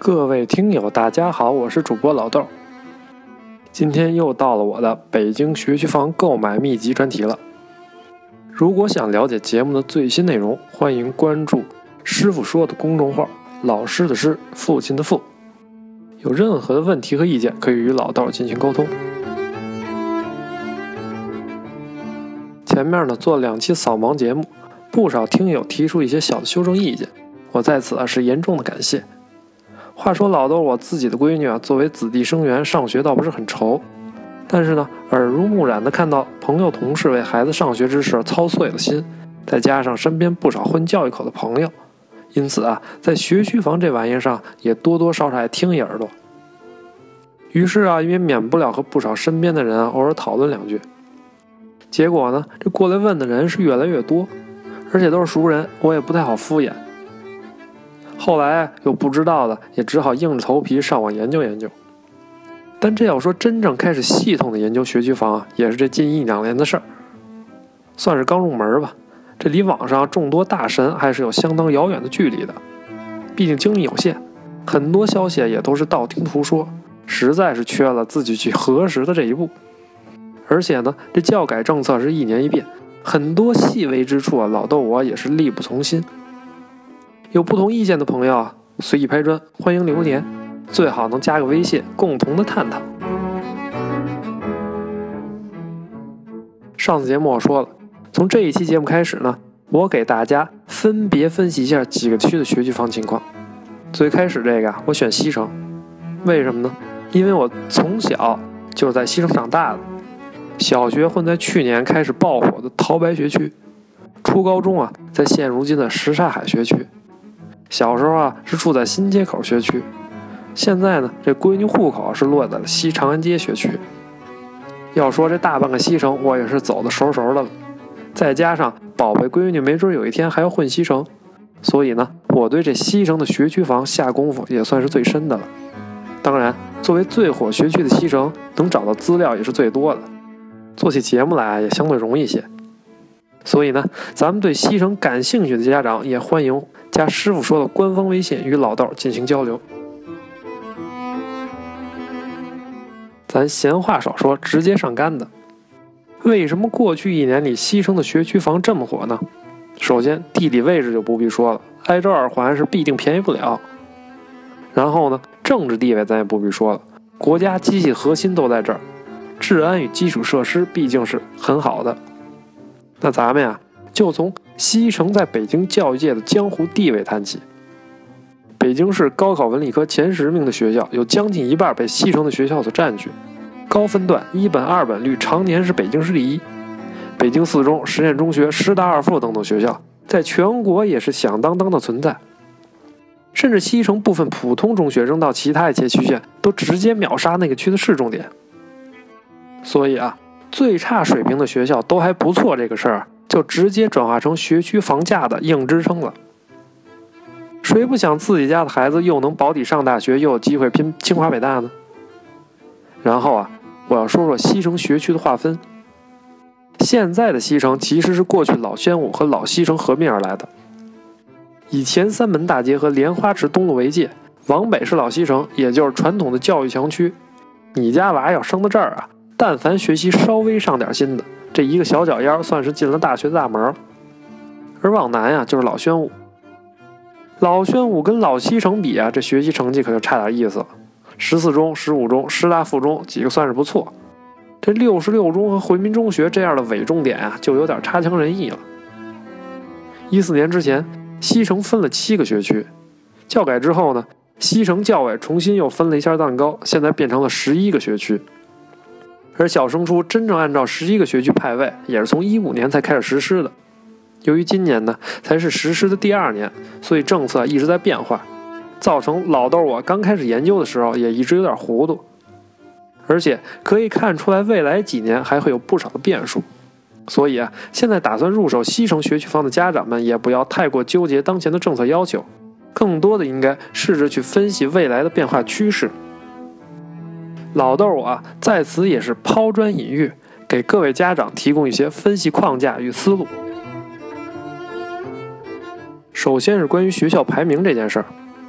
各位听友大家好，我是主播老豆。今天又到了我的北京学区房购买秘籍专题了。如果想了解节目的最新内容，欢迎关注师傅说的公众号，老师的师，父亲的父。有任何的问题和意见，可以与老豆进行沟通。前面呢做了2期扫盲节目，不少听友提出一些小的修正意见，我在此是严重的感谢。话说老豆我自己的闺女作为子弟生源，上学倒不是很愁，但是呢耳濡目染的看到朋友同事为孩子上学之事操碎了心，再加上身边不少混教育口的朋友，因此在学区房这玩意上也多多少少爱听一耳朵。于是因为免不了和不少身边的人偶尔讨论2句，结果呢这过来问的人是越来越多，而且都是熟人，我也不太好敷衍。后来有不知道的也只好硬着头皮上网研究研究。但这要说真正开始系统的研究学区房也是这近1-2年的事儿，算是刚入门吧。这离网上众多大神还是有相当遥远的距离的，毕竟精力有限，很多消息也都是道听途说，实在是缺了自己去核实的这一步。而且呢这教改政策是1年1变，很多细微之处老豆我也是力不从心。有不同意见的朋友随意拍砖，欢迎留言，最好能加个微信，共同的探讨。上次节目我说了，从这一期节目开始呢，我给大家分别分析一下几个区的学区房情况。最开始这个我选西城，为什么呢？因为我从小就是在西城长大的，小学混在去年开始爆火的桃白学区，初高中在现如今的什刹海学区，小时候是住在新街口学区，现在呢这闺女户口是落在了西长安街学区。要说这大半个西城我也是走得熟熟的了，再加上宝贝闺女没准有一天还要混西城，所以呢我对这西城的学区房下功夫也算是最深的了。当然作为最火学区的西城，能找到资料也是最多的，做起节目来也相对容易些。所以呢咱们对西城感兴趣的家长也欢迎加师傅说的官方微信与老豆进行交流。咱闲话少说，直接上杆的。为什么过去1年里西城的学区房这么火呢？首先地理位置就不必说了，挨着2环是必定便宜不了。然后呢政治地位咱也不必说了，国家机器核心都在这儿，治安与基础设施毕竟是很好的。那咱们就从西城在北京教育界的江湖地位谈起。北京市高考文理科前10名的学校有将近一半被西城的学校所占据，高分段1本2本率常年是北京市第一。北京4中、实验中学、师大2附等等学校在全国也是响当当的存在，甚至西城部分普通中学扔到其他一些区县都直接秒杀那个区的市重点。所以最差水平的学校都还不错，这个事儿就直接转化成学区房价的硬支撑了。谁不想自己家的孩子又能保底上大学，又有机会拼清华北大呢？然后我要说说西城学区的划分。现在的西城其实是过去老宣武和老西城合并而来的，以前3门大街和莲花池东路为界，往北是老西城，也就是传统的教育强区。你家娃要升到这儿但凡学习稍微上点心的，这一个小脚丫算是进了大学的大门。而往南就是老宣武。老宣武跟老西城比这学习成绩可就差点意思了。14中、15中、师大附中几个算是不错，这66中和回民中学这样的伪重点就有点差强人意了。14年之前西城分了7个学区，教改之后呢，西城教委重新又分了一下蛋糕，现在变成了11个学区。而小升初真正按照11个学区派位，也是从15年才开始实施的。由于今年呢才是实施的第2年，所以政策一直在变化，造成老豆我刚开始研究的时候也一直有点糊涂。而且可以看出来未来几年还会有不少的变数，所以现在打算入手西城学区房的家长们也不要太过纠结当前的政策要求，更多的应该试着去分析未来的变化趋势。老豆在此也是抛砖引玉，给各位家长提供一些分析框架与思路。首先是关于学校排名这件事儿，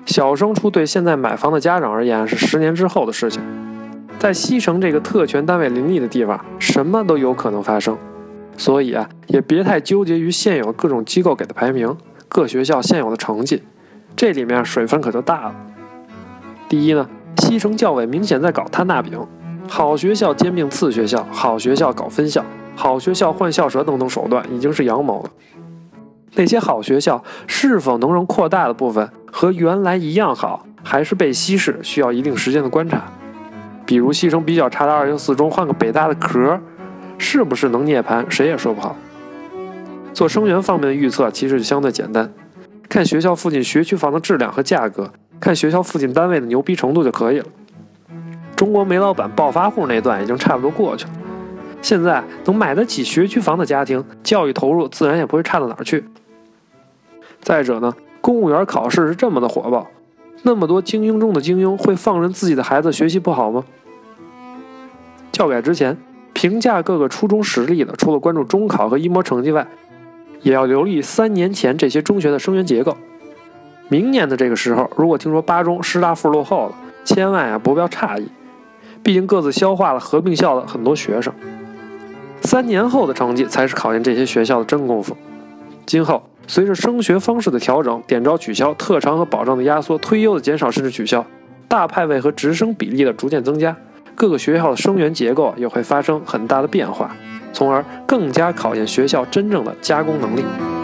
小升初对现在买房的家长而言是10年之后的事情。在西城这个特权单位林立的地方，什么都有可能发生，所以也别太纠结于现有各种机构给的排名，各学校现有的成绩，这里面水分可就大了。第一呢，西城教委明显在搞摊大饼，好学校兼并次学校，好学校搞分校，好学校换校舍等等手段已经是阳谋了。那些好学校是否能让扩大的部分和原来一样好，还是被稀释，需要一定时间的观察。比如西城比较差的214中换个北大的壳，是不是能涅槃，谁也说不好。做生源方面的预测其实就相对简单，看学校附近学区房的质量和价格，看学校附近单位的牛逼程度就可以了。中国煤老板暴发户那段已经差不多过去了，现在能买得起学区房的家庭，教育投入自然也不会差到哪儿去。再者呢，公务员考试是这么的火爆，那么多精英中的精英会放任自己的孩子学习不好吗？教改之前，评价各个初中实力的，除了关注中考和一模成绩外，也要留意3年前这些中学的生源结构。明年的这个时候，如果听说8中师大附落后了，千万不要诧异，毕竟各自消化了合并校的很多学生。3年后的成绩才是考验这些学校的真功夫。今后随着升学方式的调整，点招取消，特长和保障的压缩，推优的减少甚至取消，大派位和直升比例的逐渐增加，各个学校的生源结构也会发生很大的变化，从而更加考验学校真正的加工能力。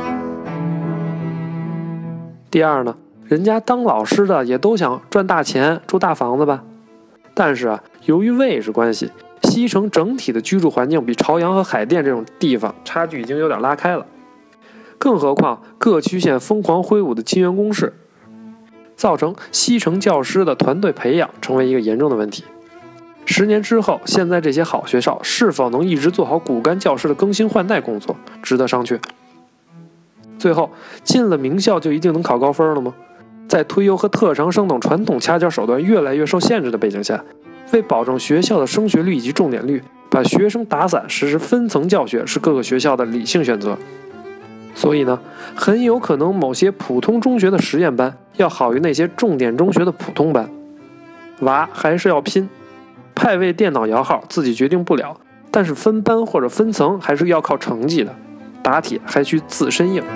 第二呢，人家当老师的也都想赚大钱，住大房子吧。但是由于位置关系，西城整体的居住环境比朝阳和海淀这种地方差距已经有点拉开了。更何况各区县疯狂挥舞的金元攻势，造成西城教师的团队培养成为一个严重的问题。10年之后，现在这些好学校是否能一直做好骨干教师的更新换代工作，值得商榷。最后，进了名校就一定能考高分了吗？在推优和特长生等传统掐尖手段越来越受限制的背景下，为保证学校的升学率以及重点率，把学生打散，实施分层教学是各个学校的理性选择。所以呢，很有可能某些普通中学的实验班要好于那些重点中学的普通班。娃还是要拼，派位电脑摇号自己决定不了，但是分班或者分层还是要靠成绩的，打铁还需自身硬。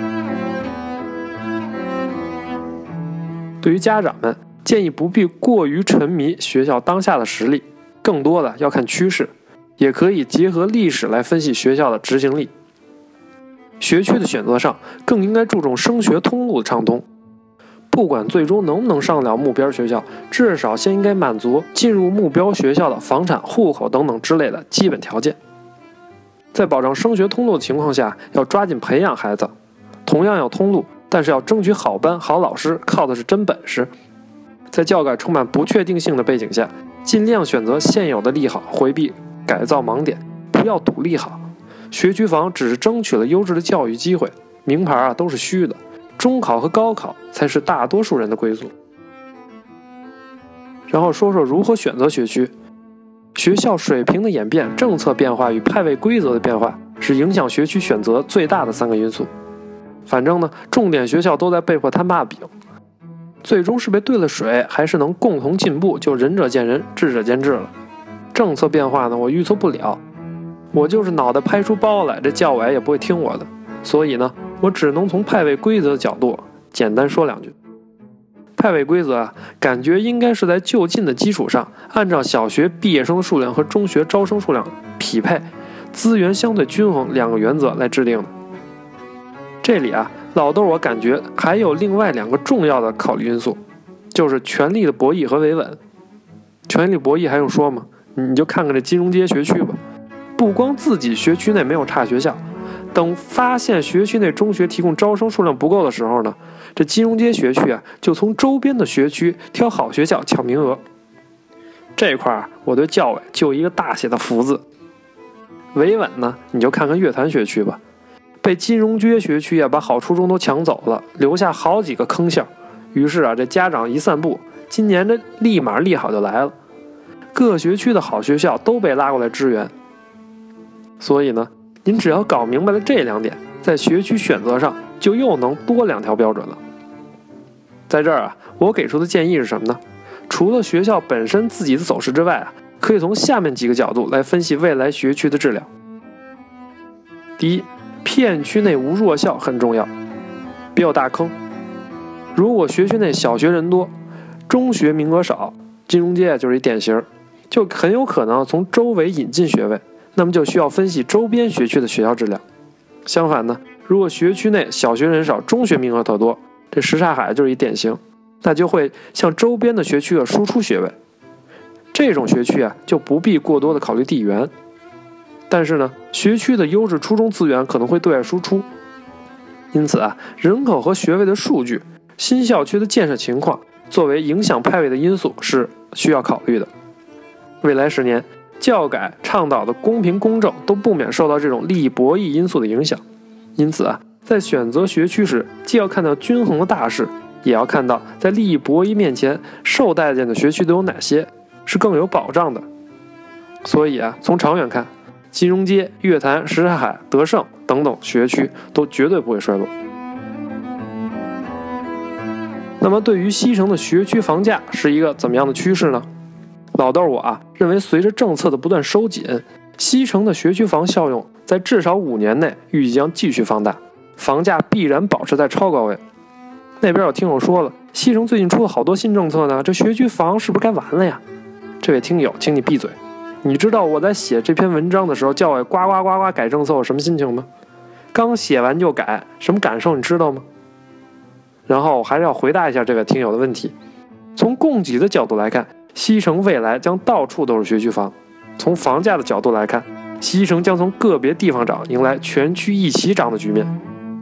对于家长们，建议不必过于沉迷学校当下的实力，更多的要看趋势，也可以结合历史来分析学校的执行力。学区的选择上，更应该注重升学通路的畅通。不管最终能不能上了目标学校，至少先应该满足进入目标学校的房产、户口等等之类的基本条件。在保障升学通路的情况下，要抓紧培养孩子。同样有通路，但是要争取好班、好老师，靠的是真本事。在教改充满不确定性的背景下，尽量选择现有的利好，回避改造盲点，不要赌利好。学区房只是争取了优质的教育机会，名牌都是虚的，中考和高考才是大多数人的归宿。然后说说如何选择学区。学校水平的演变、政策变化与派位规则的变化是影响学区选择最大的3个因素。反正呢，重点学校都在被迫摊大饼，最终是被兑了水，还是能共同进步，就仁者见仁，智者见智了。政策变化呢，我预测不了，我就是脑袋拍出包来，这教委也不会听我的，所以呢，我只能从派位规则的角度简单说2句。派位规则感觉应该是在就近的基础上，按照小学毕业生数量和中学招生数量匹配，资源相对均衡2个原则来制定的。这里老豆我感觉还有另外2个重要的考虑因素，就是权力的博弈和维稳。权力博弈还用说吗？你就看看这金融街学区吧，不光自己学区内没有差学校，等发现学区内中学提供招生数量不够的时候呢，这金融街学区就从周边的学区挑好学校抢名额。这块我对教委就一个大写的福字。维稳呢，你就看看乐坛学区吧，被金融街学区把好初中都抢走了，留下好几个坑校。于是这家长一散步，今年这立马利好就来了，各学区的好学校都被拉过来支援。所以呢，您只要搞明白了这2点，在学区选择上就又能多2条标准了。 在这儿啊，我给出的建议是什么呢？除了学校本身自己的走势之外啊，可以从下面几个角度来分析未来学区的质量。第一，片区内无弱校很重要，别有大坑。如果学区内小学人多，中学名额少，金融街就是一典型，就很有可能从周围引进学位，那么就需要分析周边学区的学校质量。相反呢，如果学区内小学人少，什学名额特多，这什刹海就是一典型，那就会向周边的学区输出学位。这种学区啊，就不必过多的考虑地缘。但是呢，学区的优质初中资源可能会对外输出，因此啊，人口和学位的数据、新校区的建设情况作为影响派位的因素是需要考虑的。未来10年，教改倡导的公平公正都不免受到这种利益博弈因素的影响。因此啊，在选择学区时，既要看到均衡的大势，也要看到在利益博弈面前受待见的学区都有哪些，是更有保障的。所以啊，从长远看，金融街、月坛、什刹海、德胜等等学区都绝对不会衰落。那么对于西城的学区房价是一个怎么样的趋势呢？老豆我啊认为，随着政策的不断收紧，西城的学区房效用在至少5年内预计将继续放大，房价必然保持在超高位。那边有听友说了，西城最近出了好多新政策呢，这学区房是不是该完了呀？这位听友，请你闭嘴。你知道我在写这篇文章的时候叫我呱呱呱呱改政策我什么心情吗？刚写完就改，什么感受你知道吗？然后我还是要回答一下这位听友的问题。从供给的角度来看，西城未来将到处都是学区房；从房价的角度来看，西城将从个别地方涨迎来全区一起涨的局面。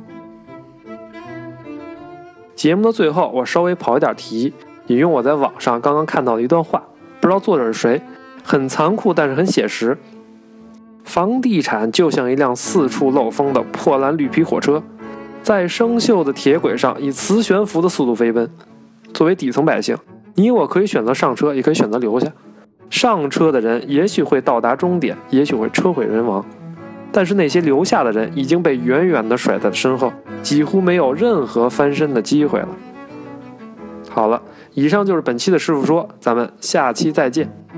节目的最后，我稍微跑一点题，引用我在网上刚刚看到的一段话，不知道作者是谁，很残酷但是很写实。房地产就像一辆四处漏风的破烂绿皮火车，在生锈的铁轨上以磁悬浮的速度飞奔。作为底层百姓，你我可以选择上车，也可以选择留下。上车的人也许会到达终点，也许会车毁人亡，但是那些留下的人已经被远远地甩在身后，几乎没有任何翻身的机会了。好了，以上就是本期的师傅说，咱们下期再见。